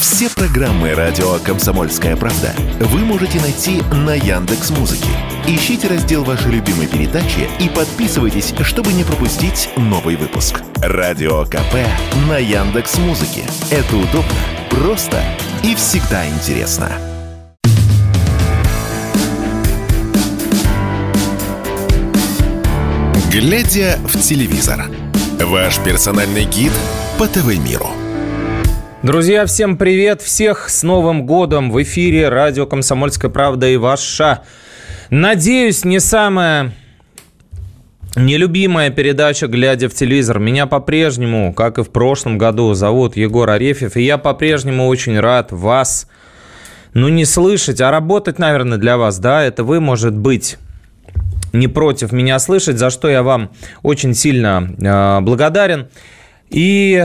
Все программы радио «Комсомольская правда» вы можете найти на Яндекс.Музыке. Ищите раздел вашей любимой передачи и подписывайтесь, чтобы не пропустить новый выпуск. Радио КП на Яндекс.Музыке. Это удобно, просто и всегда интересно. Глядя в телевизор. Ваш персональный гид по ТВ-миру. Друзья, всем привет! Всех с Новым годом! В эфире радио «Комсомольская правда» и ваша, надеюсь, не самая нелюбимая передача «Глядя в телевизор». Меня по-прежнему, как и в прошлом году, зовут Егор Арефьев, и я по-прежнему очень рад вас, не слышать, а работать, наверное, для вас, да, это вы, может быть, не против меня слышать, за что я вам очень сильно благодарен. И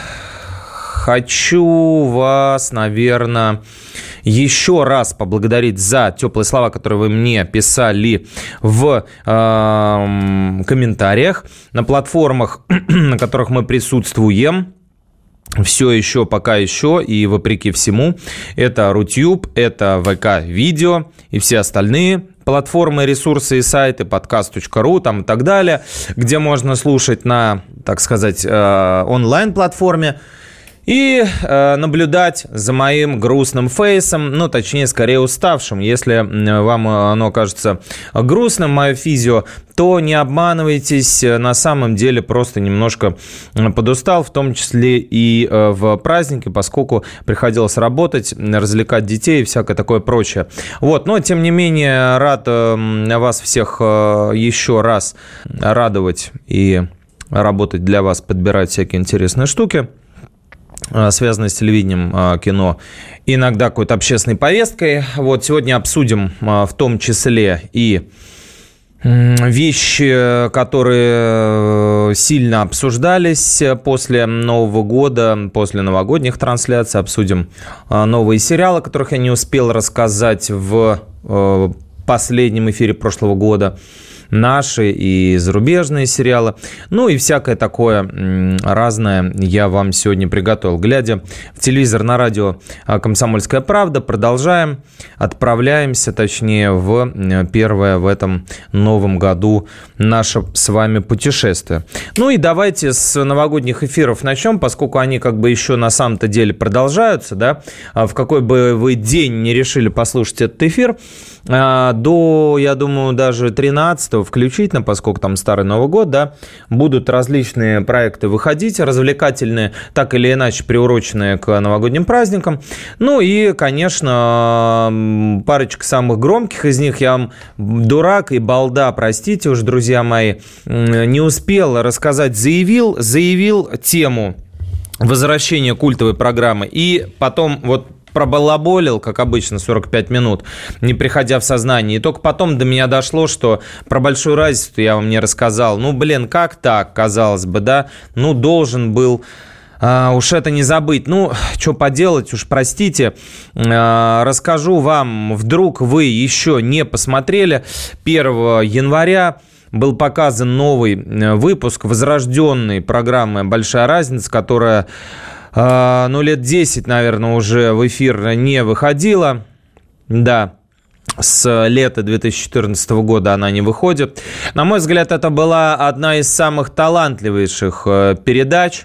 хочу вас, наверное, еще раз поблагодарить за теплые слова, которые вы мне писали в комментариях на платформах, на которых мы присутствуем. Все еще, пока еще, и вопреки всему, это Рутюб, это ВК-видео и все остальные платформы, ресурсы и сайты, подкаст.ру там и так далее, где можно слушать на, так сказать, онлайн-платформе и наблюдать за моим грустным фейсом, точнее, скорее уставшим. Если вам оно кажется грустным, мое физио, то не обманывайтесь, на самом деле просто немножко подустал, в том числе и в праздники, поскольку приходилось работать, развлекать детей и всякое такое прочее. Но, тем не менее, рад вас всех еще раз радовать и работать для вас, подбирать всякие интересные штуки, связанные с телевидением, кино, иногда какой-то общественной повесткой. Сегодня обсудим в том числе и вещи, которые сильно обсуждались после Нового года, после новогодних трансляций. Обсудим новые сериалы, о которых я не успел рассказать в последнем эфире прошлого года. Наши и зарубежные сериалы. И всякое такое разное я вам сегодня приготовил. Глядя в телевизор на радио «Комсомольская правда», продолжаем, отправляемся, точнее, в первое в этом новом году наше с вами путешествие. И давайте с новогодних эфиров начнем, поскольку они как бы еще на самом-то деле продолжаются, да, в какой бы вы день не решили послушать этот эфир, до, я думаю, даже 13-го включительно, поскольку там Старый Новый год, да, будут различные проекты выходить, развлекательные, так или иначе приуроченные к новогодним праздникам. И, конечно, парочка самых громких из них, я вам, дурак и балда, простите уж, друзья мои, не успел рассказать, заявил тему возвращения культовой программы, и потом пробалаболил, как обычно, 45 минут, не приходя в сознание. И только потом до меня дошло, что про большую разницу я вам не рассказал. Как так, казалось бы, да? Должен был уж это не забыть. Что поделать, уж простите. Расскажу вам, вдруг вы еще не посмотрели. 1 января был показан новый выпуск возрожденной программы «Большая разница», которая лет 10, наверное, уже в эфир не выходила. Да, с лета 2014 года она не выходит. На мой взгляд, это была одна из самых талантливейших передач,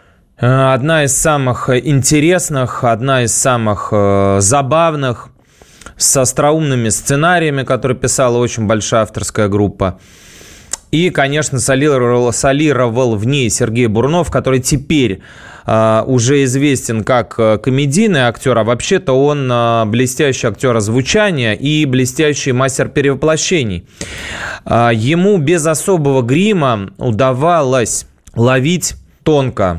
одна из самых интересных, одна из самых забавных, с остроумными сценариями, которые писала очень большая авторская группа. И, конечно, солировал в ней Сергей Бурунов, который теперь уже известен как комедийный актер, а вообще-то он блестящий актер озвучания и блестящий мастер перевоплощений. Ему без особого грима удавалось ловить тонко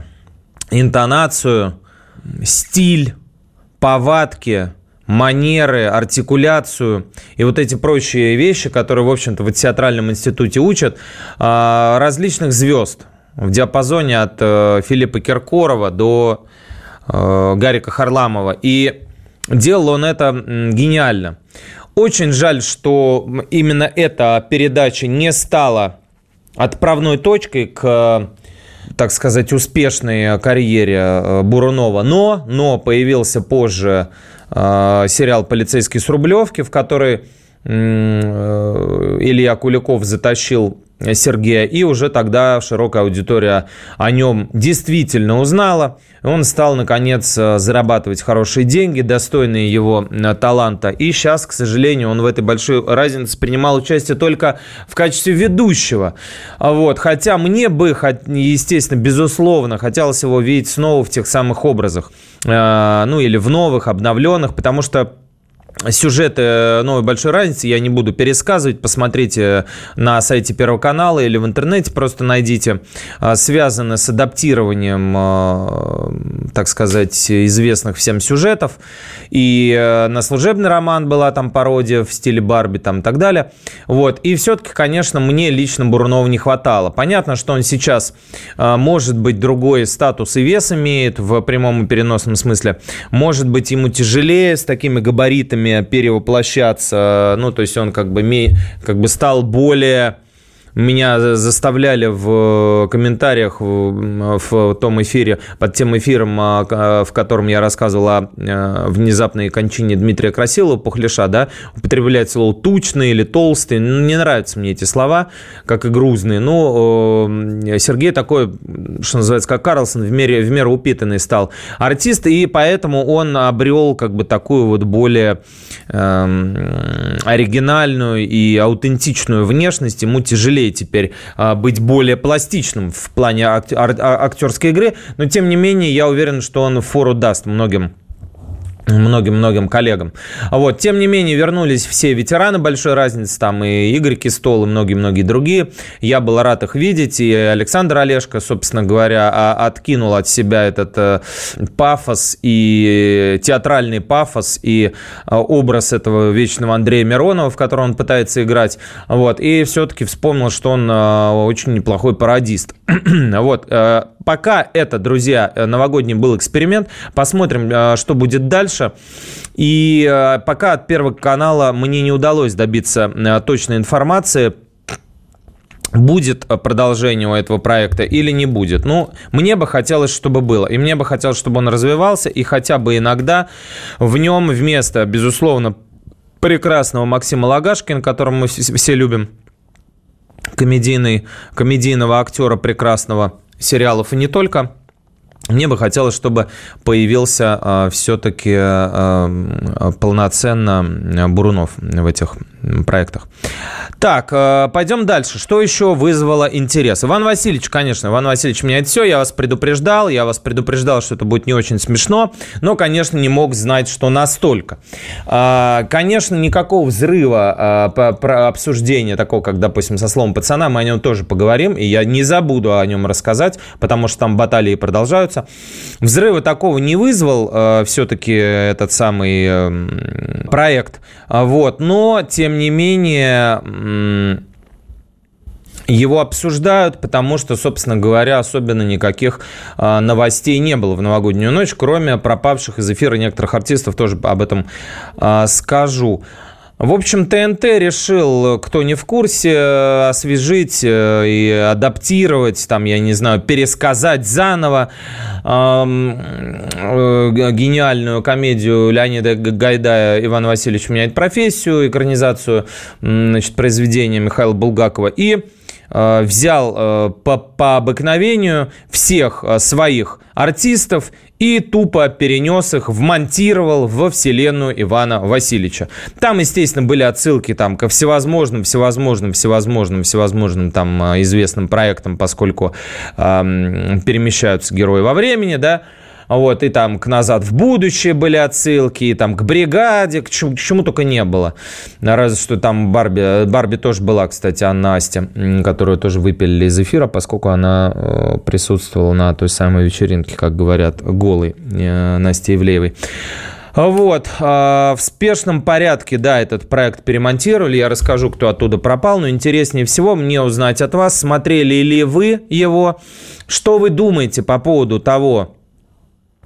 интонацию, стиль, повадки, манеры, артикуляцию и эти прочие вещи, которые, в общем-то, в театральном институте учат различных звезд в диапазоне от Филиппа Киркорова до Гарика Харламова. И делал он это гениально. Очень жаль, что именно эта передача не стала отправной точкой к так сказать, успешной карьере Бурунова. Но появился позже сериал «Полицейский с Рублевки», в который Илья Куликов затащил Сергея, и уже тогда широкая аудитория о нем действительно узнала. Он стал, наконец, зарабатывать хорошие деньги, достойные его таланта. И сейчас, к сожалению, он в этой большой разнице принимал участие только в качестве ведущего. Вот. Хотя мне бы, естественно, безусловно, хотелось его видеть снова в тех самых образах. Или в новых, обновленных, потому что сюжеты «Новой большой разницы» я не буду пересказывать. Посмотрите на сайте Первого канала или в интернете, просто найдите. Связаны с адаптированием, так сказать, известных всем сюжетов. И на «Служебный роман» была там пародия в стиле Барби там, и так далее. Вот. И все-таки, конечно, мне лично Бурунова не хватало. Понятно, что он сейчас, может быть, другой статус и вес имеет в прямом и переносном смысле. Может быть, ему тяжелее с такими габаритами перевоплощаться, то есть он как бы стал более... Меня заставляли в комментариях в том эфире, под тем эфиром, в котором я рассказывал о внезапной кончине Дмитрия Красилова, Пухляша, да, употребляет слово «тучный» или «толстый». Не нравятся мне эти слова, как и грузные. Сергей такой, что называется, как Карлсон, в меру упитанный стал артист, и поэтому он обрел как бы такую вот более оригинальную и аутентичную внешность. Ему тяжелее теперь быть более пластичным в плане актерской игры, но тем не менее я уверен, что он фору даст многим коллегам. Вот. Тем не менее, вернулись все ветераны большой разницы, там и Игорь Кистол, и многие-многие другие. Я был рад их видеть, и Александр Олешко, собственно говоря, откинул от себя этот пафос, и театральный пафос, и образ этого вечного Андрея Миронова, в котором он пытается играть, вот, и все-таки вспомнил, что он очень неплохой пародист. Вот. Пока это, друзья, новогодний был эксперимент. Посмотрим, что будет дальше. И пока от Первого канала мне не удалось добиться точной информации, будет продолжение у этого проекта или не будет. Мне бы хотелось, чтобы было. И мне бы хотелось, чтобы он развивался, и хотя бы иногда в нем вместо, безусловно, прекрасного Максима Лагашкина, которого мы все любим, комедийного актера прекрасного, сериалов и не только, мне бы хотелось, чтобы появился все-таки полноценно Бурунов в этих проектах. Так, пойдем дальше. Что еще вызвало интерес? Иван Васильевич, конечно. Иван Васильевич меняет все. Я вас предупреждал, что это будет не очень смешно, но, конечно, не мог знать, что настолько. Конечно, никакого взрыва обсуждения такого, как, допустим, со словом пацана, мы о нем тоже поговорим, и я не забуду о нем рассказать, потому что там баталии продолжаются. Взрыва такого не вызвал все-таки этот самый проект, вот, но, тем не менее, его обсуждают, потому что, собственно говоря, особенно никаких новостей не было в новогоднюю ночь, кроме пропавших из эфира некоторых артистов, тоже об этом скажу. В общем, ТНТ решил, кто не в курсе, освежить и адаптировать, пересказать заново гениальную комедию Леонида Гайдая «Иван Васильевич меняет профессию», экранизацию, произведения Михаила Булгакова, и взял по обыкновению всех своих артистов и тупо перенес их, вмонтировал во вселенную Ивана Васильевича. Там, естественно, были отсылки ко всевозможным там известным проектам, поскольку перемещаются герои во времени, да. Вот, и там к «Назад в будущее» были отсылки, и там к «Бригаде», к чему только не было. Разве что там Барби тоже была, кстати, Анна Асти, которую тоже выпилили из эфира, поскольку она присутствовала на той самой вечеринке, как говорят, голой Насти Ивлеевой. Вот, в спешном порядке, да, этот проект перемонтировали, я расскажу, кто оттуда пропал, но интереснее всего мне узнать от вас, смотрели ли вы его, что вы думаете по поводу того,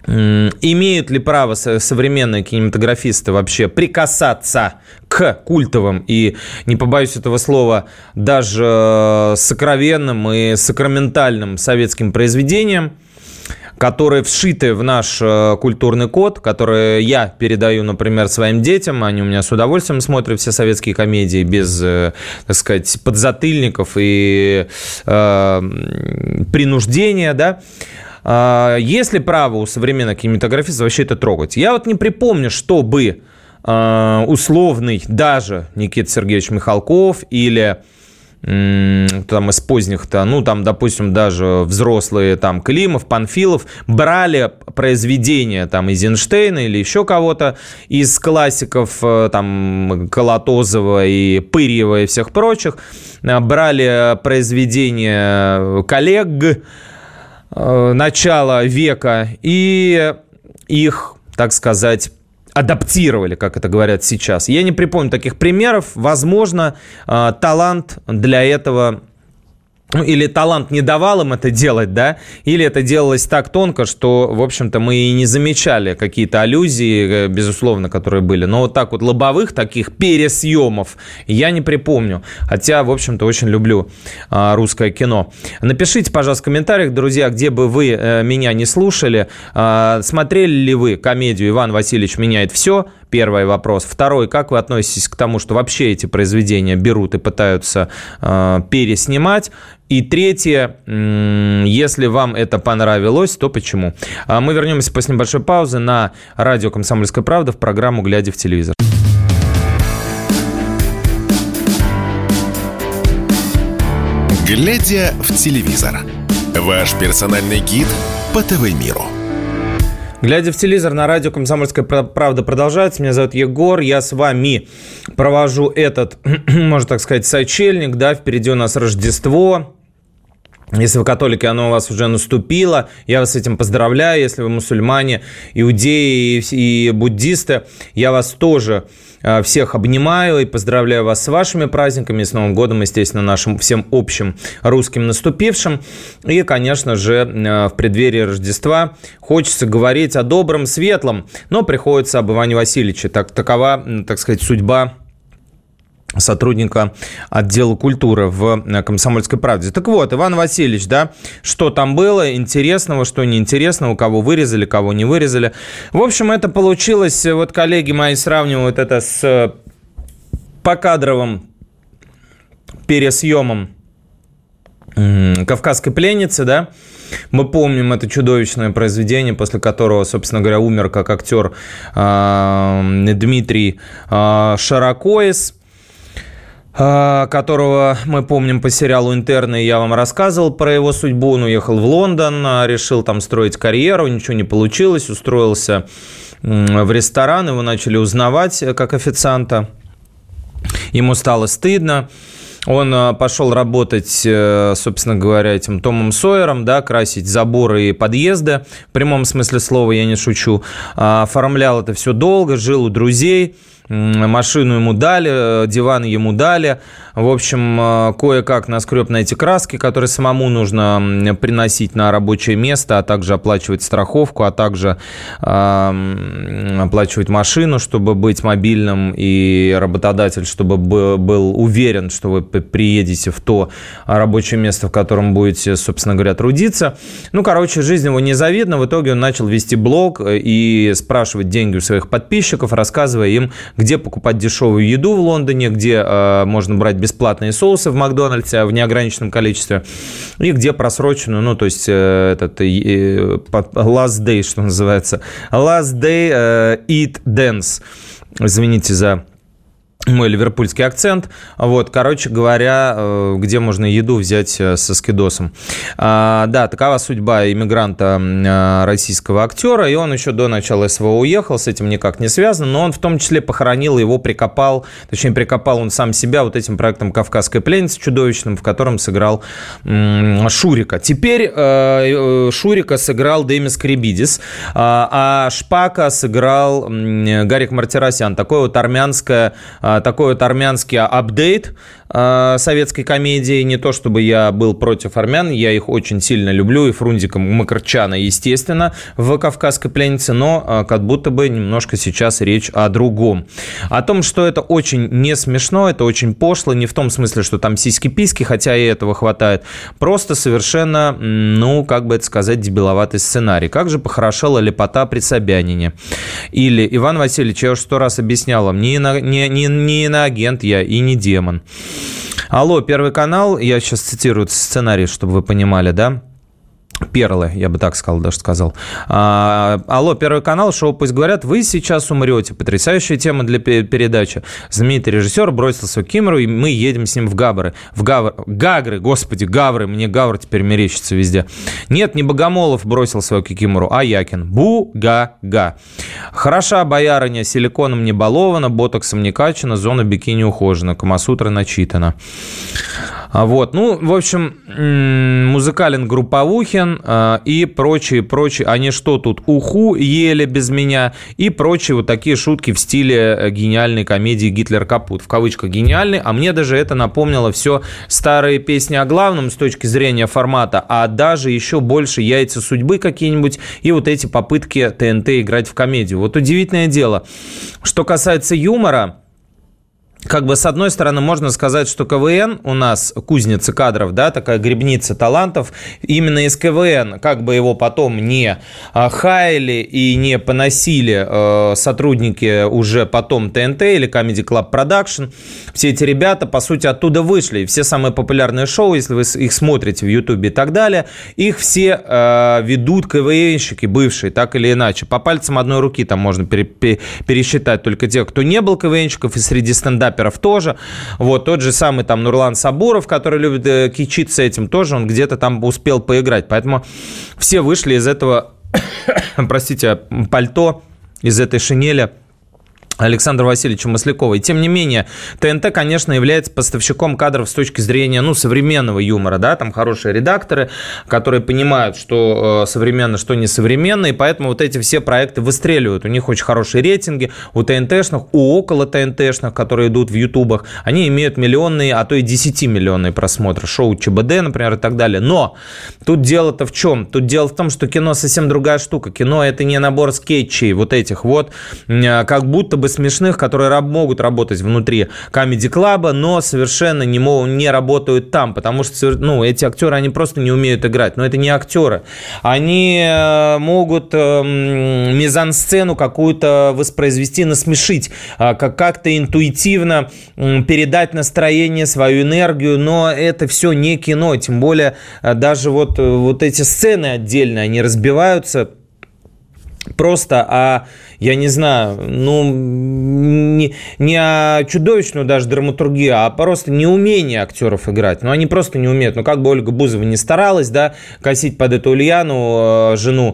Имеют ли право современные кинематографисты вообще прикасаться к культовым и, не побоюсь этого слова, даже сокровенным и сакраментальным советским произведениям, которые вшиты в наш культурный код, которые я передаю, например, своим детям. Они у меня с удовольствием смотрят все советские комедии без, так сказать, подзатыльников и принуждения, да. Есть ли право у современных кинематографистов вообще это трогать? Я вот не припомню, чтобы условный даже Никита Сергеевич Михалков или там из поздних-то, ну, там, допустим, даже взрослые, там, Климов, Панфилов брали произведения, там, Эйзенштейна или еще кого-то из классиков, там, Колотозова и Пырьева и всех прочих, брали произведения коллег начала века и их, так сказать, адаптировали, как это говорят сейчас. Я не припомню таких примеров. Возможно, талант для этого... Ну, или талант не давал им это делать, да, или это делалось так тонко, что, в общем-то, мы и не замечали какие-то аллюзии, безусловно, которые были. Но вот так вот лобовых таких пересъемов я не припомню. Хотя, в общем-то, очень люблю русское кино. Напишите, пожалуйста, в комментариях, друзья, где бы вы меня не слушали. Смотрели ли вы комедию «Иван Васильевич меняет все»? Первый вопрос. Второй. Как вы относитесь к тому, что вообще эти произведения берут и пытаются переснимать? И третье. Если вам это понравилось, то почему? Мы вернемся после небольшой паузы на радио «Комсомольская правда» в программу «Глядя в телевизор». «Глядя в телевизор» – ваш персональный гид по ТВ-миру. «Глядя в телевизор» на радио «Комсомольская правда» продолжается. Меня зовут Егор. Я с вами провожу этот, можно так сказать, сочельник. Да? Впереди у нас Рождество. Если вы католики, оно у вас уже наступило. Я вас с этим поздравляю. Если вы мусульмане, иудеи и буддисты, я вас тоже всех обнимаю и поздравляю вас с вашими праздниками, с Новым годом, естественно, нашим всем общим русским наступившим. И, конечно же, в преддверии Рождества хочется говорить о добром, светлом, но приходится об Иване Васильевиче. Такова, так сказать, судьба сотрудника отдела культуры в «Комсомольской правде». Так вот, Иван Васильевич, да, что там было интересного, что неинтересного, кого вырезали, кого не вырезали. В общем, это получилось, вот коллеги мои сравнивают это с покадровым пересъемом «Кавказской пленницы», да. Мы помним это чудовищное произведение, после которого, собственно говоря, умер как актер Дмитрий Шаракоис, которого мы помним по сериалу «Интерны». Я вам рассказывал про его судьбу. Он уехал в Лондон, решил там строить карьеру, ничего не получилось, устроился в ресторан, его начали узнавать как официанта. Ему стало стыдно. Он пошел работать, собственно говоря, этим Томом Сойером, да, красить заборы и подъезды. В прямом смысле слова, я не шучу. Оформлял это все долго, жил у друзей. Машину ему дали, диван ему дали. В общем, кое-как наскреб на эти краски, которые самому нужно приносить на рабочее место, а также оплачивать страховку, а также оплачивать машину, чтобы быть мобильным, и работодатель, чтобы был уверен, что вы приедете в то рабочее место, в котором будете, собственно говоря, трудиться. Ну, короче, жизнь его незавидна. В итоге он начал вести блог и спрашивать деньги у своих подписчиков, рассказывая им, где покупать дешевую еду в Лондоне, где можно брать бесплатные соусы в Макдональдсе в неограниченном количестве, и где просроченную, ну, то есть этот last day, что называется, last day eat dance. Извините за мой ливерпульский акцент. Вот, короче говоря, где можно еду взять со скидосом. Да, такова судьба иммигранта, российского актера, и он еще до начала СВО уехал, с этим никак не связан, но он в том числе похоронил его, прикопал он сам себя вот этим проектом «Кавказская пленница» чудовищным, в котором сыграл Шурика. Теперь Шурика сыграл Демис Карибидис, а Шпака сыграл Гарик Мартиросян. Такое вот армянское такой вот армянский апдейт советской комедии. Не то чтобы я был против армян, я их очень сильно люблю, и Фрунзика Макарчана, естественно, в «Кавказской пленнице», но как будто бы немножко сейчас речь о другом. О том, что это очень не смешно, это очень пошло, не в том смысле, что там сиськи-письки, хотя и этого хватает, просто совершенно, как бы это сказать, дебиловатый сценарий. Как же похорошела лепота при Собянине. Или Иван Васильевич, я уже 100 раз объяснял вам, не иноагент я и не демон. Алло, Первый канал, я сейчас цитирую сценарий, чтобы вы понимали, да? Перлы, я бы так сказал, даже сказал. Алло, Первый канал, шоу «Пусть говорят», вы сейчас умрете. Потрясающая тема для передачи. Знаменитый режиссер бросился к Кимру, и мы едем с ним в Гагры. Гагры, господи, Гавры, мне Гавр теперь мерещится везде. Нет, не Богомолов бросил свою Кикимору, а Якин. Бу-га-га. Хороша боярыня, силиконом не балована, ботоксом не качана, зона бикини ухожена, Камасутра начитана. Вот, в общем, музыкален групповухин и прочие. Они что тут, уху ели без меня и прочие вот такие шутки в стиле гениальной комедии «Гитлер капут». В кавычках гениальный, а мне даже это напомнило все старые песни о главном с точки зрения формата, а даже еще больше «Яйца судьбы» какие-нибудь и вот эти попытки ТНТ играть в комедию. Вот удивительное дело. Что касается юмора, как бы с одной стороны можно сказать, что КВН у нас кузница кадров, да, такая гребница талантов, именно из КВН, как бы его потом не хаяли и не поносили сотрудники уже потом ТНТ или Comedy Club Production, все эти ребята, по сути, оттуда вышли, все самые популярные шоу, если вы их смотрите в Ютубе и так далее, их все ведут КВНщики бывшие, так или иначе, по пальцам одной руки там можно пересчитать только тех, кто не был КВНщиков, и среди стендаперов тоже. Вот тот же самый там Нурлан Сабуров, который любит кичиться этим, тоже он где-то там успел поиграть. Поэтому все вышли из этого, простите, пальто, из этой шинели Александра Васильевича Маслякова. И тем не менее, ТНТ, конечно, является поставщиком кадров с точки зрения, современного юмора, да, там хорошие редакторы, которые понимают, что современно, что несовременно, и поэтому вот эти все проекты выстреливают. У них очень хорошие рейтинги, у ТНТшных, у около ТНТшных, которые идут в ютубах, они имеют миллионные, а то и 10-миллионные просмотры. Шоу ЧБД, например, и так далее. Но тут дело-то в чем? Тут дело в том, что кино совсем другая штука. Кино — это не набор скетчей вот этих вот, как будто бы смешных, которые могут работать внутри Comedy Club, но совершенно не работают там, потому что эти актеры, они просто не умеют играть. Но это не актеры. Они могут мизансцену какую-то воспроизвести, насмешить, как-то интуитивно передать настроение, свою энергию, но это все не кино. Тем более даже вот эти сцены отдельно, они разбиваются просто я не знаю, не о чудовищную даже драматургию, а просто неумение актеров играть. Они просто не умеют. Как бы Ольга Бузова не старалась, да, косить под эту Ульяну, жену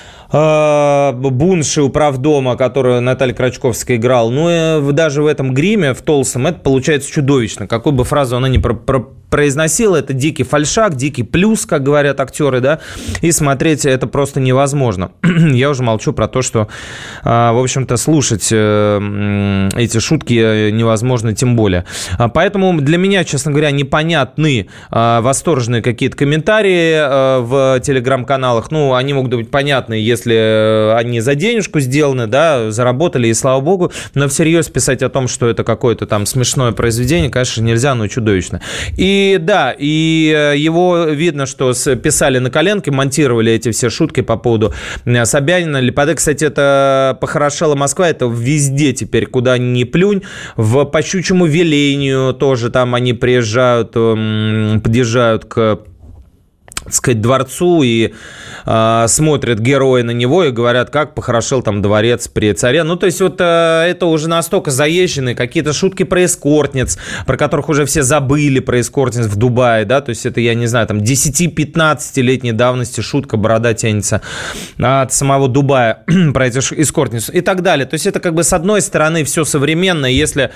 Бунши управдома, которую Наталья Крачковская играла, даже в этом гриме, в толстом, это получается чудовищно. Какую бы фразу она ни произносила, это дикий фальшак, дикий плюс, как говорят актеры, да, и смотреть это просто невозможно. Я уже молчу про то, что, в общем-то, слушать эти шутки невозможно тем более. Поэтому для меня, честно говоря, непонятны восторженные какие-то комментарии в телеграм-каналах. Они могут быть понятны, если они за денежку сделаны, да, заработали, и слава богу, но всерьез писать о том, что это какое-то там смешное произведение, конечно, нельзя, но чудовищно. И его видно, что писали на коленке, монтировали эти все шутки по поводу Собянина. Лепота, кстати, это похорошела Москва, это везде теперь, куда ни плюнь. По щучьему велению тоже там они подъезжают к, так сказать, дворцу и смотрят герои на него и говорят, как похорошел там дворец при царе. То есть это уже настолько заезженные какие-то шутки про эскортниц, про которых уже все забыли, про эскортниц в Дубае, да, то есть это, я не знаю, там 10-15-летней давности шутка, борода тянется от самого Дубая про эти эскортниц и так далее. То есть это как бы с одной стороны все современное, если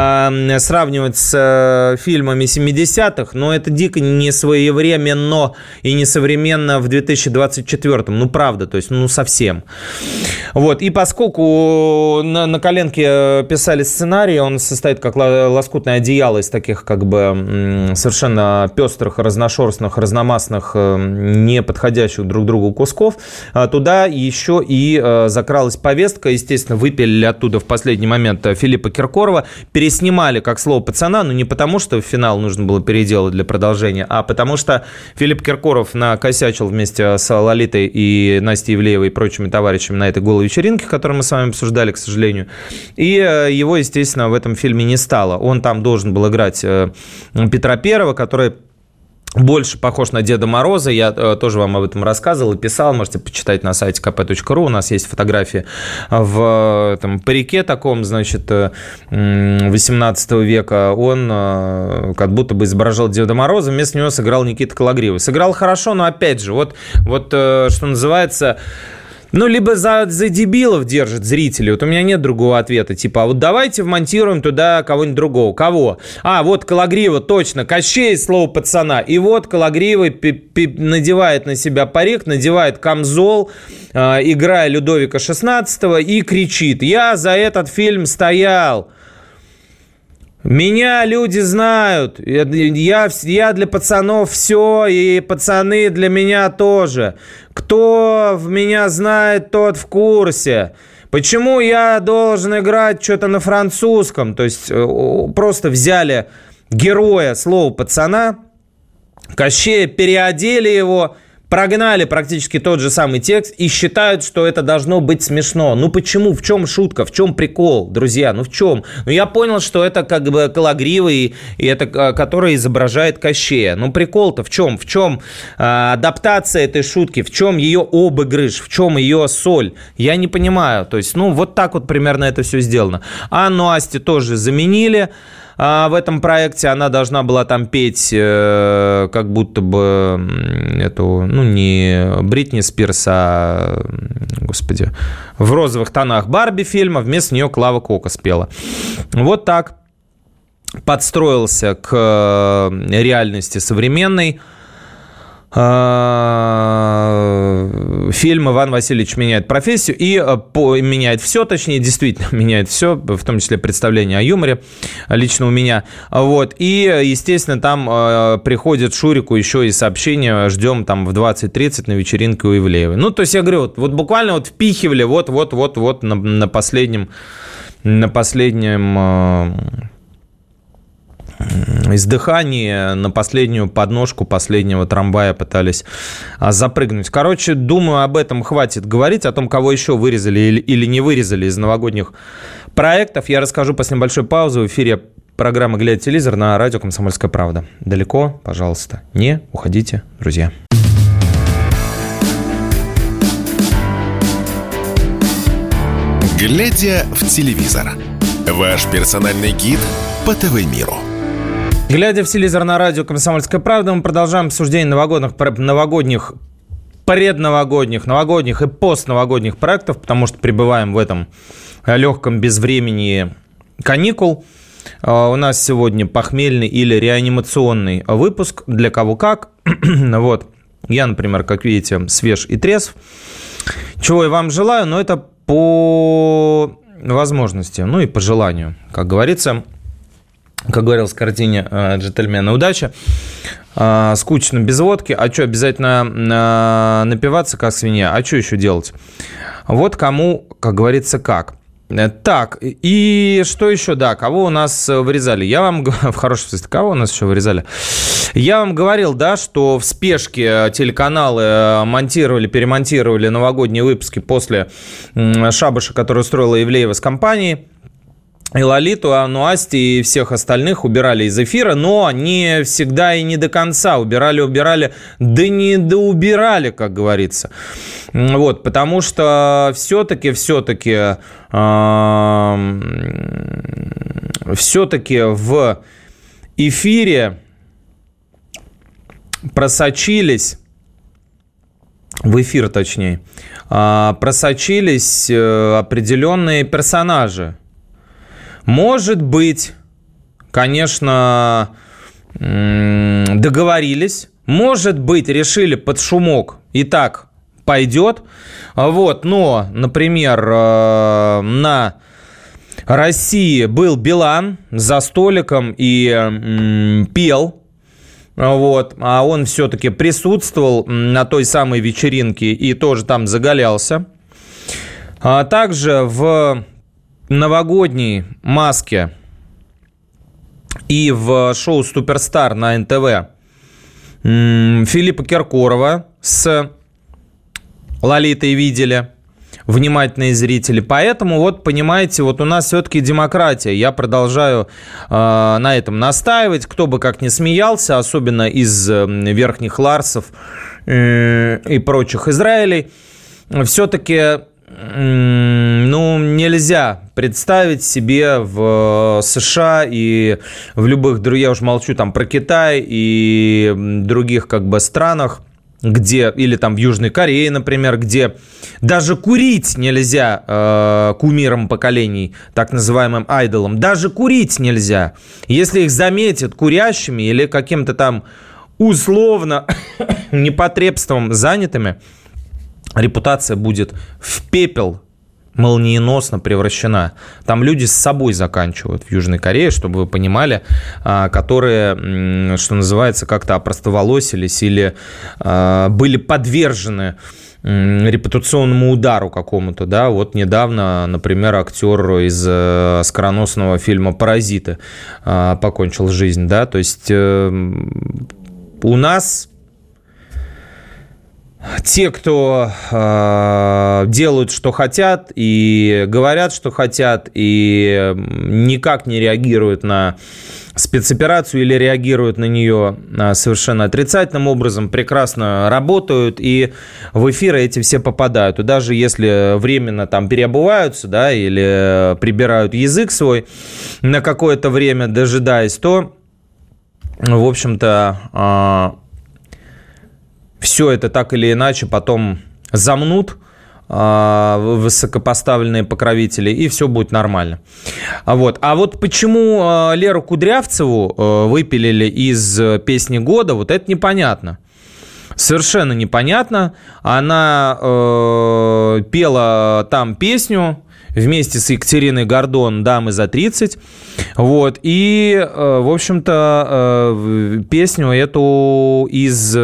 сравнивать с фильмами 70-х, но это дико несвоевременно. и несовременно в 2024. Ну, правда, то есть, ну, совсем. Вот, и поскольку на коленке писали сценарий, он состоит как лоскутное одеяло из таких, как бы, совершенно пестрых, разношерстных, разномастных, не подходящих друг другу кусков, туда еще и закралась повестка, естественно, выпилили оттуда в последний момент Филиппа Киркорова, переснимали как слово пацана, но не потому, что финал нужно было переделать для продолжения, а потому что Филипп Киркоров накосячил вместе с Лолитой и Настей Ивлеевой и прочими товарищами на этой голой вечеринке, которую мы с вами обсуждали, к сожалению, и его, естественно, в этом фильме не стало. Он там должен был играть Петра Первого, который больше похож на Деда Мороза. Я тоже вам об этом рассказывал и писал. Можете почитать на сайте kp.ru. У нас есть фотографии в парике таком, значит, 18 века. Он как будто бы изображал Деда Мороза. Вместо него сыграл Никита Кологривый. Сыграл хорошо, но опять же, вот что называется... Ну, либо за дебилов держит зрителей. Вот у меня нет другого ответа. Типа, а вот давайте вмонтируем туда кого-нибудь другого. Кого? А, вот Кологрива, точно. Кощей, слово пацана. И вот Кологривый надевает на себя парик, надевает камзол, играя Людовика XVI, и кричит: «Я за этот фильм стоял. Меня люди знают, я для пацанов все, и пацаны для меня тоже. Кто в меня знает, тот в курсе. Почему я должен играть что-то на французском?» То есть просто взяли героя слова пацана, Кощея, переодели его, прогнали практически тот же самый текст и считают, что это должно быть смешно. Ну почему? В чем шутка? В чем прикол, друзья? Ну в чем? Ну я понял, что это как бы Кологривый, и это который изображает Кощея. Ну прикол-то в чем? В чем адаптация этой шутки? В чем ее обыгрыш? В чем ее соль? Я не понимаю. То есть, ну вот так вот примерно это все сделано. Анну Асти тоже заменили. В этом проекте она должна была там петь как будто бы эту, ну, не Бритни Спирс, а, господи, в розовых тонах Барби фильма. Вместо нее Клава Кока спела. Вот так подстроился к реальности современной фильм «Иван Васильевич меняет профессию» и меняет все, точнее, действительно меняет все, в том числе представление о юморе лично у меня. Вот. И, естественно, там приходит Шурику еще и сообщение: ждем там в 20:30 на вечеринке у Ивлеевой. Ну, то есть, я говорю, вот буквально вот впихивали вот на последнем издыхании, на последнюю подножку последнего трамвая пытались запрыгнуть. Короче, думаю, об этом хватит говорить, о том, кого еще вырезали или не вырезали из новогодних проектов. Я расскажу после небольшой паузы в эфире программы «Глядя телевизор» на радио «Комсомольская правда». Далеко, пожалуйста, не уходите, друзья. «Глядя в телевизор» – ваш персональный гид по ТВ-миру. Глядя в телевизор на радио «Комсомольская правда», мы продолжаем обсуждение новогодних, предновогодних, новогодних и постновогодних проектов, потому что пребываем в этом легком безвременье каникул. У нас сегодня похмельный или реанимационный выпуск, для кого как. Вот. Я, например, как видите, свеж и трезв. Чего я вам желаю, но это по возможности, ну и по желанию, как говорится. Как говорилось в картине «Джентльмены, удачи». Скучно без водки. А что, обязательно напиваться, как свинья? А что еще делать? Вот кому, как говорится, как. Так, и что еще? Да, кого у нас вырезали? Я вам... В хорошем смысле, кого у нас еще вырезали? Я вам говорил, да, что в спешке телеканалы перемонтировали новогодние выпуски после шабаша, который устроила Ивлеева с компанией. И Лолиту, Анну Асти и всех остальных убирали из эфира, но не всегда и не до конца. Убирали, да не доубирали, как говорится. Вот, потому что все-таки в эфире просочились определенные персонажи. Может быть, конечно, договорились, может быть, решили под шумок и так пойдет. Вот, но, например, на России был Билан за столиком и пел. Вот, а он все-таки присутствовал на той самой вечеринке и тоже там заголялся. А также в новогодней маске и в шоу «Суперстар» на НТВ Филиппа Киркорова с Лолитой видели внимательные зрители. Поэтому, вот, понимаете, вот у нас все-таки демократия. Я продолжаю на этом настаивать. Кто бы как ни смеялся, особенно из верхних ларсов и прочих Израилей, все-таки, ну, нельзя представить себе в США и в любых, я уж молчу там про Китай и других как бы странах, где, или там в Южной Корее, например, где даже курить нельзя кумирам поколений, так называемым айдолам, даже курить нельзя. Если их заметят курящими или каким-то там условно непотребством занятыми, репутация будет в пепел молниеносно превращена. Там люди с собой заканчивают в Южной Корее, чтобы вы понимали, которые, что называется, как-то опростоволосились или были подвержены репутационному удару какому-то, да, вот недавно, например, актер из скороносного фильма «Паразиты» покончил жизнь, да, то есть у нас те, кто делают, что хотят, и говорят, что хотят, и никак не реагируют на спецоперацию или реагируют на нее совершенно отрицательным образом, прекрасно работают, и в эфиры эти все попадают. И даже если временно там переобуваются, да, или прибирают язык свой на какое-то время, дожидаясь, то, в общем-то, все это так или иначе потом замнут высокопоставленные покровители, и все будет нормально. Вот. А вот почему Леру Кудрявцеву выпилили из песни года, вот это непонятно. Совершенно непонятно. Она пела там песню вместе с Екатериной Гордон «Дамы за 30». Вот. И, в общем-то, песню эту из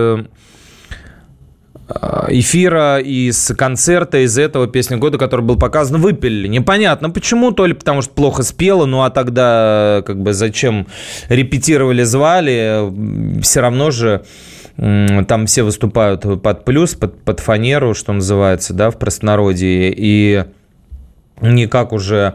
эфира, из концерта, из этого «Песни года», который был показан, выпилили. Непонятно почему, то ли потому что плохо спела, ну а тогда как бы зачем репетировали, звали, все равно же там все выступают под плюс, под фанеру, что называется, да, в простонародье, и никак уже,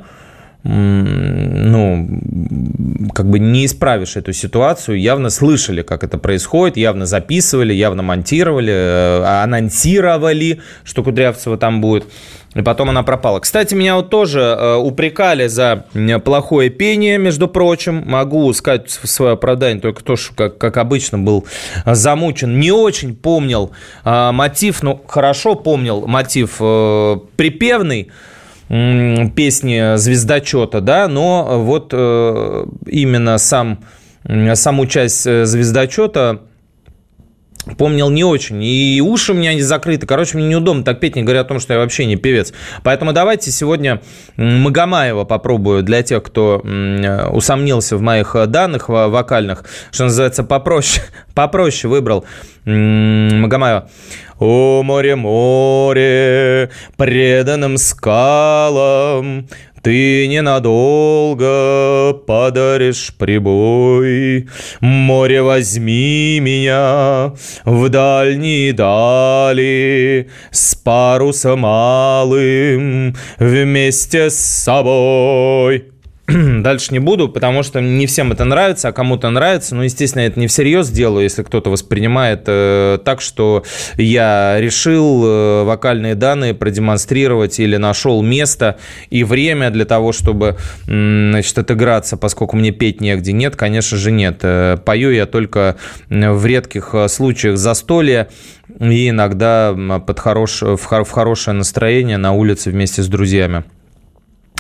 ну, как бы не исправишь эту ситуацию. Явно слышали, как это происходит, явно записывали, явно монтировали, анонсировали, что Кудрявцева там будет, и потом она пропала. Кстати, меня вот тоже упрекали за плохое пение, между прочим. Могу сказать в свое оправдание, только то, что, как обычно, был замучен. Не очень помнил мотив, ну, хорошо помнил мотив припевный песни «Звездочета», да, но вот именно саму часть «Звездочета» помнил не очень, и уши у меня не закрыты. Короче, мне неудобно так петь, не говоря о том, что я вообще не певец. Поэтому давайте сегодня Магомаева попробую для тех, кто усомнился в моих данных вокальных, что называется, попроще выбрал Магомаева. «О, море, море, преданным скалам, ты ненадолго подаришь прибой. Море, возьми меня в дальние дали, с парусом малым вместе с собой». Дальше не буду, потому что не всем это нравится, а кому-то нравится. Ну, естественно, это не всерьез делаю, если кто-то воспринимает так, что я решил вокальные данные продемонстрировать или нашел место и время для того, чтобы, значит, отыграться, поскольку мне петь негде. Нет, конечно же, нет. Пою я только в редких случаях застолья и иногда в хорошее настроение на улице вместе с друзьями.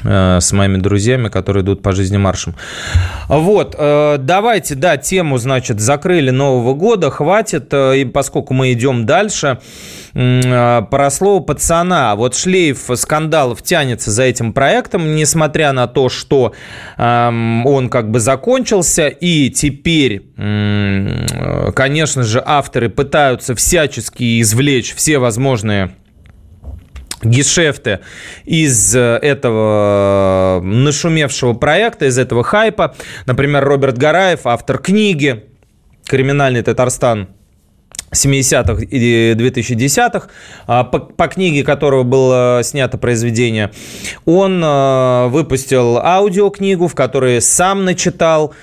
с моими друзьями, которые идут по жизни маршем. Вот, давайте, да, тему, значит, закрыли Нового года, хватит, и поскольку мы идем дальше, про слово пацана. Вот шлейф скандалов тянется за этим проектом, несмотря на то, что он как бы закончился, и теперь, конечно же, авторы пытаются всячески извлечь все возможные гешефты из этого нашумевшего проекта, из этого хайпа. Например, Роберт Гараев, автор книги «Криминальный Татарстан 70-х и 2010-х», по книге которого было снято произведение, он выпустил аудиокнигу, в которой сам начитал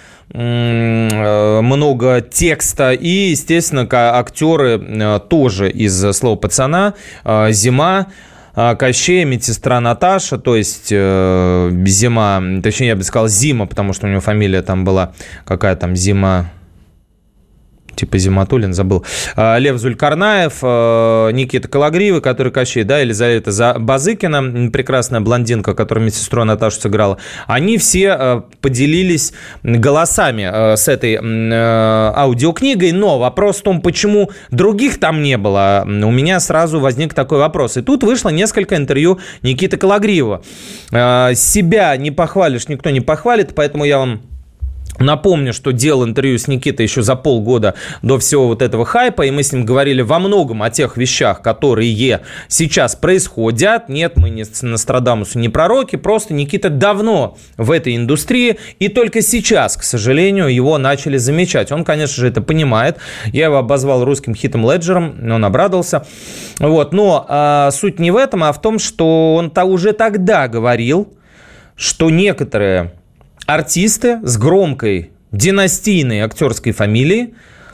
много текста, и, естественно, актеры тоже из «Слова пацана», Зима, Кощей, медсестра Наташа, то есть Зима, точнее, я бы сказал Зима, потому что у него фамилия там была, какая там Зима, типа Зиматуллин, забыл. Лев Зулькарнаев, Никита Кологривый, который Кощей, да, Елизавета Базыкина, прекрасная блондинка, которая медсестру Наташу сыграла. Они все поделились голосами с этой аудиокнигой, но вопрос в том, почему других там не было, у меня сразу возник такой вопрос. И тут вышло несколько интервью Никиты Кологривого. Себя не похвалишь, никто не похвалит, поэтому я вам напомню, что делал интервью с Никитой еще за полгода до всего вот этого хайпа, и мы с ним говорили во многом о тех вещах, которые сейчас происходят. Нет, мы не Нострадамусы, не пророки, просто Никита давно в этой индустрии, и только сейчас, к сожалению, его начали замечать. Он, конечно же, это понимает. Я его обозвал русским Хитом Леджером, он обрадовался. Вот. Но суть не в этом, а в том, что он уже тогда говорил, что некоторые артисты с громкой династийной актерской фамилией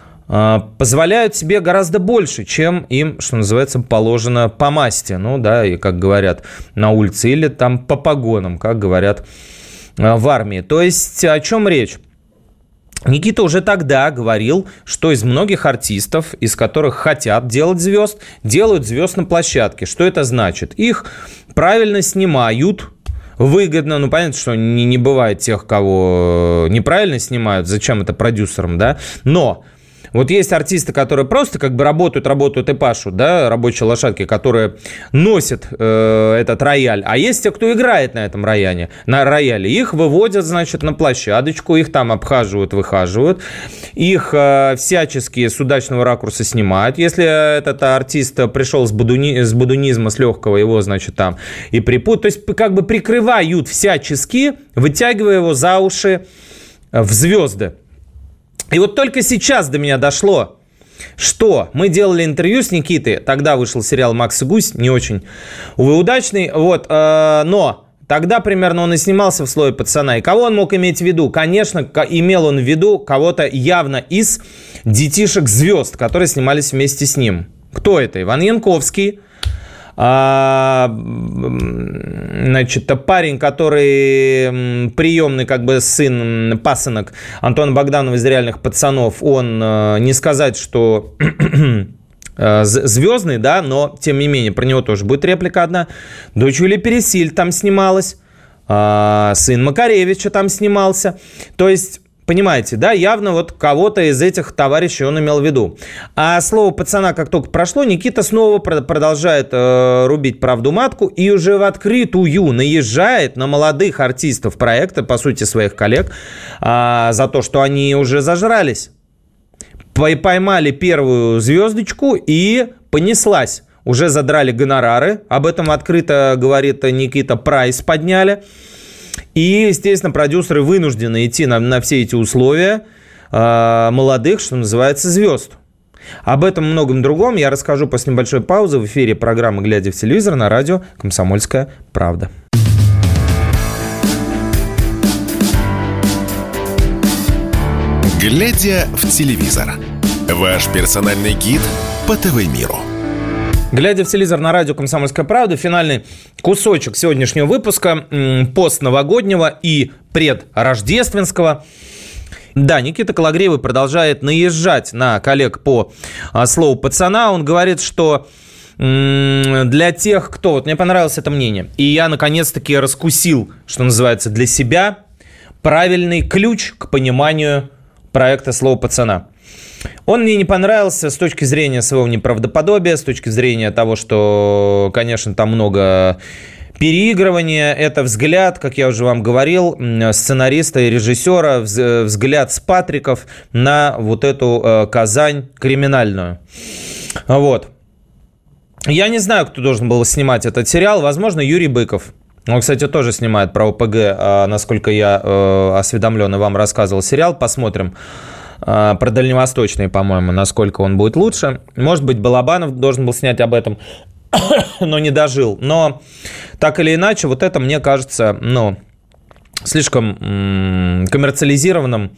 позволяют себе гораздо больше, чем им, что называется, положено по масти. Ну да, и как говорят на улице, или там по погонам, как говорят в армии. То есть о чем речь? Никита уже тогда говорил, что из многих артистов, из которых хотят делать звезд, делают звезд на площадке. Что это значит? Их правильно снимают, выгодно, ну, понятно, что не бывает тех, кого неправильно снимают, зачем это продюсерам, да, но вот есть артисты, которые просто как бы работают и пашут, да, рабочие лошадки, которые носят этот рояль, а есть те, кто играет на этом рояле, их выводят, значит, на площадочку, их там обхаживают, выхаживают, их всячески с удачного ракурса снимают, если этот артист пришел с будунизма, с легкого, его, значит, там и припут, то есть как бы прикрывают всячески, вытягивая его за уши в звезды. И вот только сейчас до меня дошло, что мы делали интервью с Никитой, тогда вышел сериал «Макс и Гусь», не очень, увы, удачный, вот, но тогда примерно он и снимался в «Слове пацана». И кого он мог иметь в виду? Конечно, имел он в виду кого-то явно из детишек звезд, которые снимались вместе с ним. Кто это? Иван Янковский. Значит, парень, который приемный как бы сын, пасынок Антона Богданова из «Реальных пацанов», он не сказать, что звездный, да, но тем не менее про него тоже будет реплика одна. Дочь Юлии Пересиль там снималась, сын Макаревича там снимался, то есть... Понимаете, да, явно вот кого-то из этих товарищей он имел в виду. А слово «пацана» как только прошло, Никита снова продолжает рубить правду матку и уже в открытую наезжает на молодых артистов проекта, по сути, своих коллег, за то, что они уже зажрались. Поймали первую звездочку и понеслась. Уже задрали гонорары, об этом открыто говорит Никита, прайс подняли. И, естественно, продюсеры вынуждены идти на все эти условия молодых, что называется, звезд. Об этом и многом другом я расскажу после небольшой паузы в эфире программы «Глядя в телевизор» на радио «Комсомольская правда». «Глядя в телевизор» – ваш персональный гид по ТВ-миру. Глядя в телевизор на радио «Комсомольская правда», финальный кусочек сегодняшнего выпуска, постновогоднего и предрождественского. Да, Никита Кологривый продолжает наезжать на коллег по слову «пацана». Он говорит, что для тех, кто... Вот мне понравилось это мнение. И я, наконец-таки, раскусил, что называется, для себя правильный ключ к пониманию проекта «Слово пацана». Он мне не понравился с точки зрения своего неправдоподобия, с точки зрения того, что, конечно, там много переигрывания. Это взгляд, как я уже вам говорил, сценариста и режиссера, взгляд с Патриков на вот эту Казань криминальную. Вот. Я не знаю, кто должен был снимать этот сериал. Возможно, Юрий Быков. Он, кстати, тоже снимает про ОПГ, насколько я осведомлен и вам рассказывал сериал. Посмотрим. Про дальневосточный, по-моему, насколько он будет лучше. Может быть, Балабанов должен был снять об этом, но не дожил. Но так или иначе, вот это, мне кажется, слишком коммерциализированным,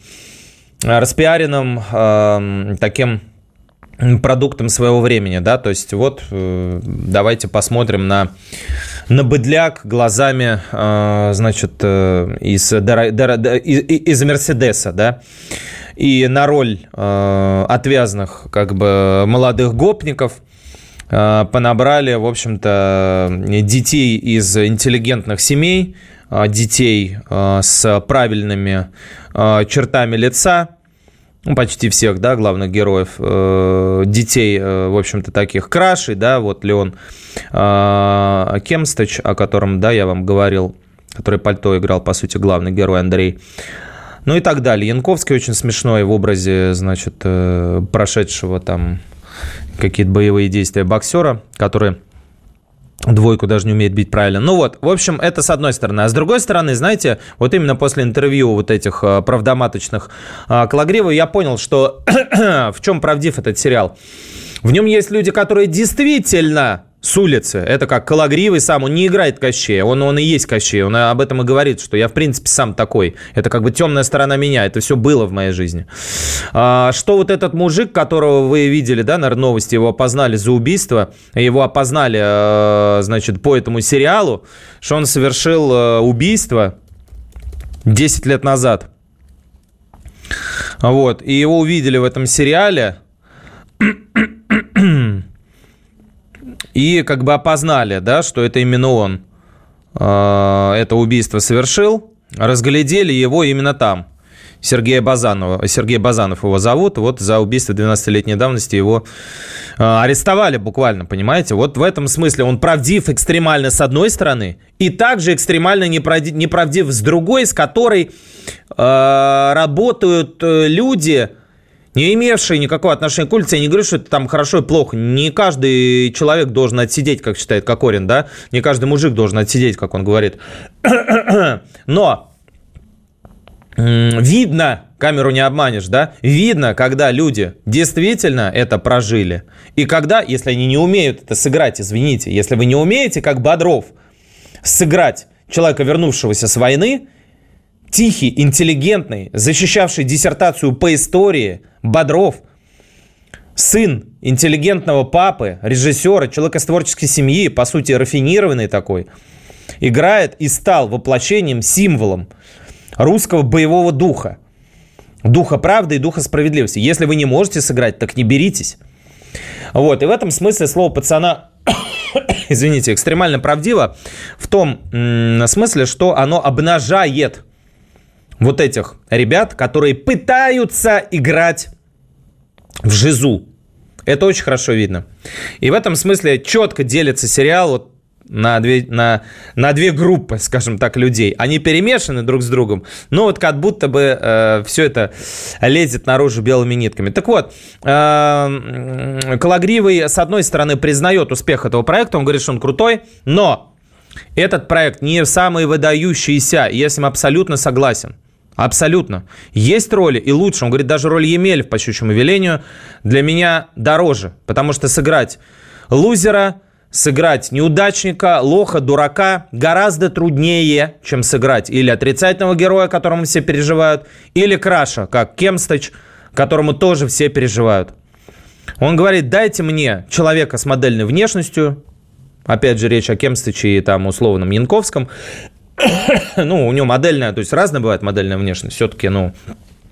распиаренным таким продуктом своего времени, да, то есть вот давайте посмотрим на быдляк глазами, значит, из Мерседеса, да, и на роль отвязных, как бы, молодых гопников понабрали, в общем-то, детей из интеллигентных семей, детей с правильными чертами лица, почти всех, да, главных героев, детей, в общем-то, таких крашей, да, вот Леон Кемстач, о котором, да, я вам говорил, который пальто играл, по сути, главный герой Андрей, ну и так далее. Янковский очень смешной в образе, значит, прошедшего там какие-то боевые действия боксера, который двойку даже не умеет бить правильно. Ну вот, в общем, это с одной стороны. А с другой стороны, знаете, вот именно после интервью вот этих правдоматочных Кологривов я понял, что в чем правдив этот сериал. В нем есть люди, которые действительно с улицы. Это как Кологривый сам, он не играет Кощея, он и есть Кощей. Он об этом и говорит, что я, в принципе, сам такой. Это как бы темная сторона меня, это все было в моей жизни. Что вот этот мужик, которого вы видели, да, наверное, новости, его опознали за убийство, его опознали, значит, по этому сериалу, что он совершил убийство 10 лет назад. Вот, и его увидели в этом сериале, и как бы опознали, да, что это именно он это убийство совершил, разглядели его именно там. Сергей Базанов его зовут, вот за убийство 12-летней давности его арестовали буквально, понимаете? Вот в этом смысле он правдив экстремально с одной стороны, и также экстремально неправдив с другой, с которой работают люди, не имевшие никакого отношения к улице. Я не говорю, что это там хорошо и плохо. Не каждый человек должен отсидеть, как считает Кокорин, да? Не каждый мужик должен отсидеть, как он говорит. Но видно, камеру не обманешь, да? Видно, когда люди действительно это прожили. И когда, если они не умеют это сыграть, извините, если вы не умеете, как Бодров, сыграть человека, вернувшегося с войны, тихий, интеллигентный, защищавший диссертацию по истории, Бодров, сын интеллигентного папы, режиссера, человека из творческой семьи, по сути, рафинированный такой, играет и стал воплощением, символом русского боевого духа. Духа правды и духа справедливости. Если вы не можете сыграть, так не беритесь. Вот, и в этом смысле слово «пацана», извините, экстремально правдиво в том смысле, что оно обнажает вот этих ребят, которые пытаются играть в жизу. Это очень хорошо видно. И в этом смысле четко делится сериал вот на две группы, скажем так, людей. Они перемешаны друг с другом, но вот как будто бы все это лезет наружу белыми нитками. Так вот, Кологривый, с одной стороны, признает успех этого проекта, он говорит, что он крутой, но этот проект не самый выдающийся, и я с ним абсолютно согласен. Абсолютно. Есть роли и лучше. Он говорит, даже роль Емелев, по щучьему велению, для меня дороже. Потому что сыграть лузера, сыграть неудачника, лоха, дурака гораздо труднее, чем сыграть или отрицательного героя, которому все переживают, или краша, как Кемстач, которому тоже все переживают. Он говорит, дайте мне человека с модельной внешностью. Опять же, речь о Кемстаче и там условном Янковском. Ну, у него модельная, то есть разная бывает модельная внешность. Все-таки,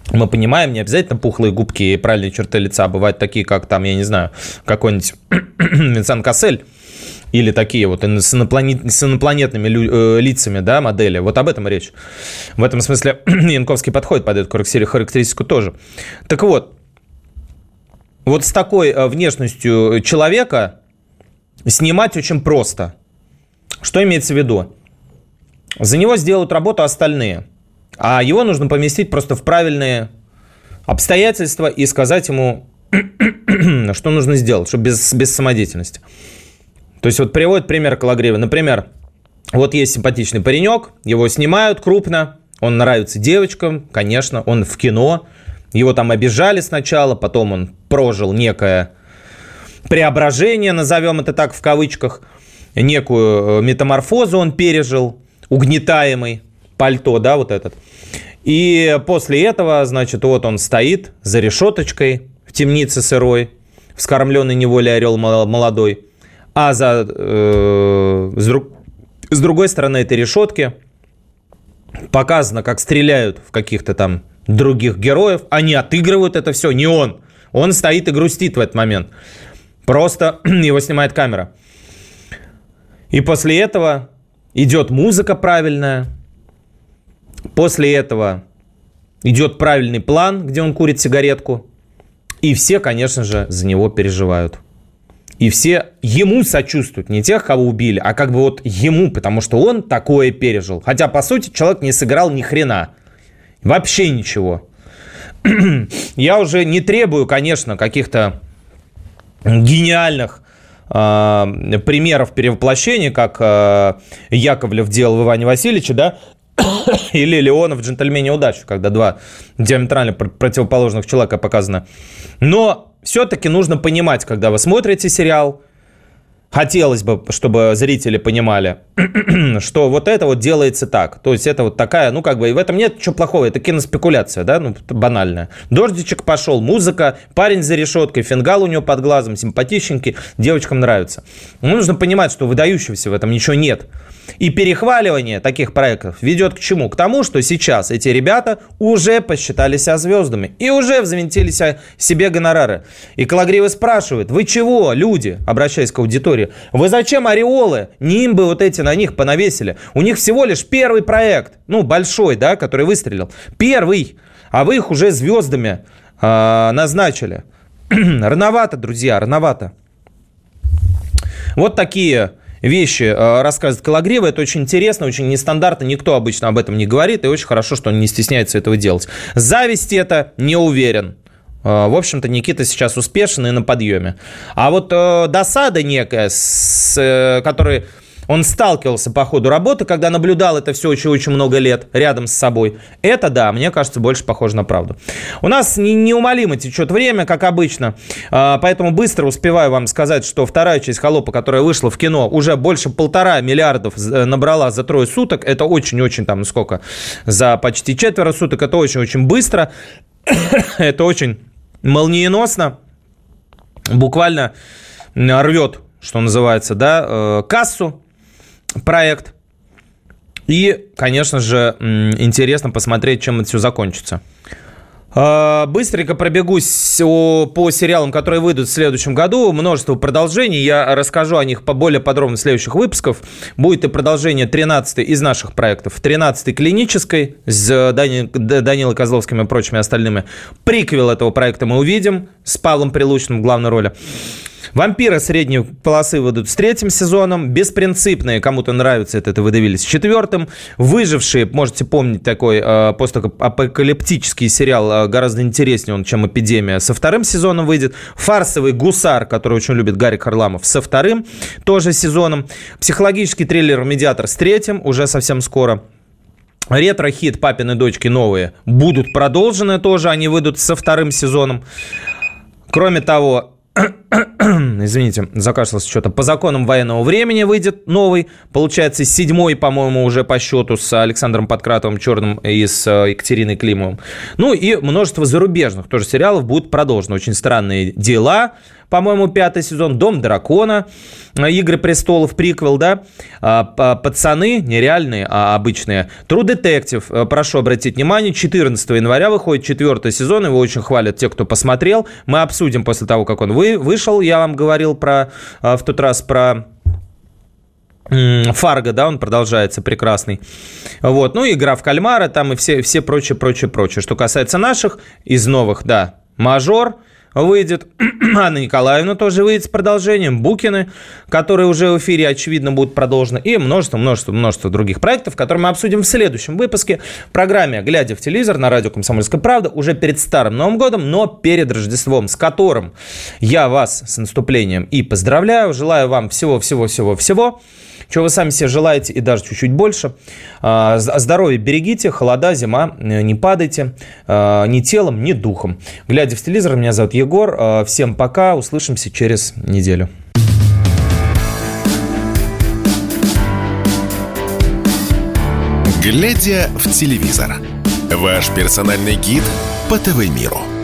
Мы понимаем, не обязательно пухлые губки и правильные черты лица. Бывают такие, как там, я не знаю, какой-нибудь Винсан Кассель. Или такие вот с инопланетными лицами, да, модели. Вот об этом речь. В этом смысле Янковский подходит под эту характеристику тоже. Так вот с такой внешностью человека снимать очень просто. Что имеется в виду? За него сделают работу остальные. А его нужно поместить просто в правильные обстоятельства и сказать ему, что нужно сделать, чтобы без самодеятельности. То есть вот приводит пример Кологривой. Например, вот есть симпатичный паренек, его снимают крупно, он нравится девочкам, конечно, он в кино, его там обижали сначала, потом он прожил некое преображение, назовем это так в кавычках, некую метаморфозу он пережил, угнетаемый, пальто, да, вот этот. И после этого, значит, вот он стоит за решеточкой в темнице сырой, вскормленный неволей орел молодой. А с другой стороны этой решетки показано, как стреляют в каких-то там других героев. Они отыгрывают это все, не он. Он стоит и грустит в этот момент. Просто его снимает камера. И после этого идет музыка правильная. После этого идет правильный план, где он курит сигаретку. И все, конечно же, за него переживают. И все ему сочувствуют. Не тех, кого убили, а как бы вот ему, потому что он такое пережил. Хотя, по сути, человек не сыграл ни хрена. Вообще ничего. Я уже не требую, конечно, каких-то гениальных примеров перевоплощения, как Яковлев делал в Иване Васильевиче, да, или Леонов в «Джентльмене удачи», когда два диаметрально противоположных человека показано. Но все-таки нужно понимать, когда вы смотрите сериал, хотелось бы, чтобы зрители понимали, что вот это вот делается так. То есть это вот такая, ну как бы, и в этом нет ничего плохого, это киноспекуляция, да, ну банальная. Дождичек пошел, музыка, парень за решеткой, фингал у него под глазом, симпатичненький, девочкам нравится. Но нужно понимать, что выдающегося в этом ничего нет. И перехваливание таких проектов ведет к чему? К тому, что сейчас эти ребята уже посчитали себя звездами и уже взвинтили себе гонорары. И Кологривый спрашивает: вы чего, люди, обращаясь к аудитории, вы зачем ореолы, нимбы вот эти на них понавесили? У них всего лишь первый проект, ну большой, да, который выстрелил. Первый, а вы их уже звездами назначили. Рановато, друзья, рановато. Вот такие вещи рассказывает Кологривый. Это очень интересно, очень нестандартно. Никто обычно об этом не говорит. И очень хорошо, что он не стесняется этого делать. Зависть это, не уверен. В общем-то, Никита сейчас успешен и на подъеме. А вот досада некая, с которой он сталкивался по ходу работы, когда наблюдал это все очень-очень много лет рядом с собой. Это, да, мне кажется, больше похоже на правду. У нас неумолимо течет время, как обычно. Поэтому быстро успеваю вам сказать, что вторая часть «Холопа», которая вышла в кино, уже больше 1,5 миллиарда набрала за 3 суток. Это очень-очень, там, сколько? За почти 4 суток. Это очень-очень быстро. Это очень молниеносно. Буквально рвет, что называется, да, кассу. Проект. И, конечно же, интересно посмотреть, чем это все закончится. Быстренько пробегусь по сериалам, которые выйдут в следующем году. Множество продолжений. Я расскажу о них более подробно в следующих выпусках. Будет и продолжение 13-й из наших проектов. 13-й клинической с Данилой Козловским и прочими остальными. Приквел этого проекта мы увидим с Павлом Прилучным в главной роли. «Вампиры» средней полосы выйдут с 3-м сезоном. «Беспринципные», кому-то нравится это вы довели, с 4-м. «Выжившие», можете помнить, такой постапокалиптический сериал, гораздо интереснее он, чем «Эпидемия», со 2-м сезоном выйдет. «Фарсовый гусар», который очень любит Гарик Харламов, со 2-м тоже сезоном. Психологический триллер «Медиатор» с 3-м, уже совсем скоро. Ретро-хит «Папины дочки» новые будут продолжены тоже, они выйдут со 2-м сезоном. Кроме того, извините, закашлялся что-то. «По законам военного времени» выйдет новый. Получается, 7-й, по-моему, уже по счету с Александром Подкратовым Черным и с Екатериной Климовым. Ну и множество зарубежных тоже сериалов будут продолжены. «Очень странные дела» по-моему, 5-й сезон, «Дом дракона», «Игры престолов», приквел, да, «Пацаны», нереальные, а обычные, «True Detective», прошу обратить внимание, 14 января выходит 4-й сезон, его очень хвалят те, кто посмотрел, мы обсудим после того, как он вышел, я вам говорил в тот раз про «Фарго», да, он продолжается, прекрасный. Вот, ну, «Игра в кальмара», там и все прочее. Что касается наших, из новых, да, «Мажор» выйдет, Анна Николаевна тоже выйдет с продолжением, «Букины», которые уже в эфире, очевидно, будут продолжены, и множество других проектов, которые мы обсудим в следующем выпуске в программе «Глядя в телевизор» на радио «Комсомольская правда» уже перед Старым Новым годом, но перед Рождеством, с которым я вас с наступлением и поздравляю, желаю вам всего-всего-всего-всего, чего вы сами себе желаете, и даже чуть-чуть больше. Здоровья берегите, холода, зима, не падайте ни телом, ни духом. Глядя в телевизор, меня зовут Егор. Всем пока, услышимся через неделю. Глядя в телевизор. Ваш персональный гид по ТВ-миру.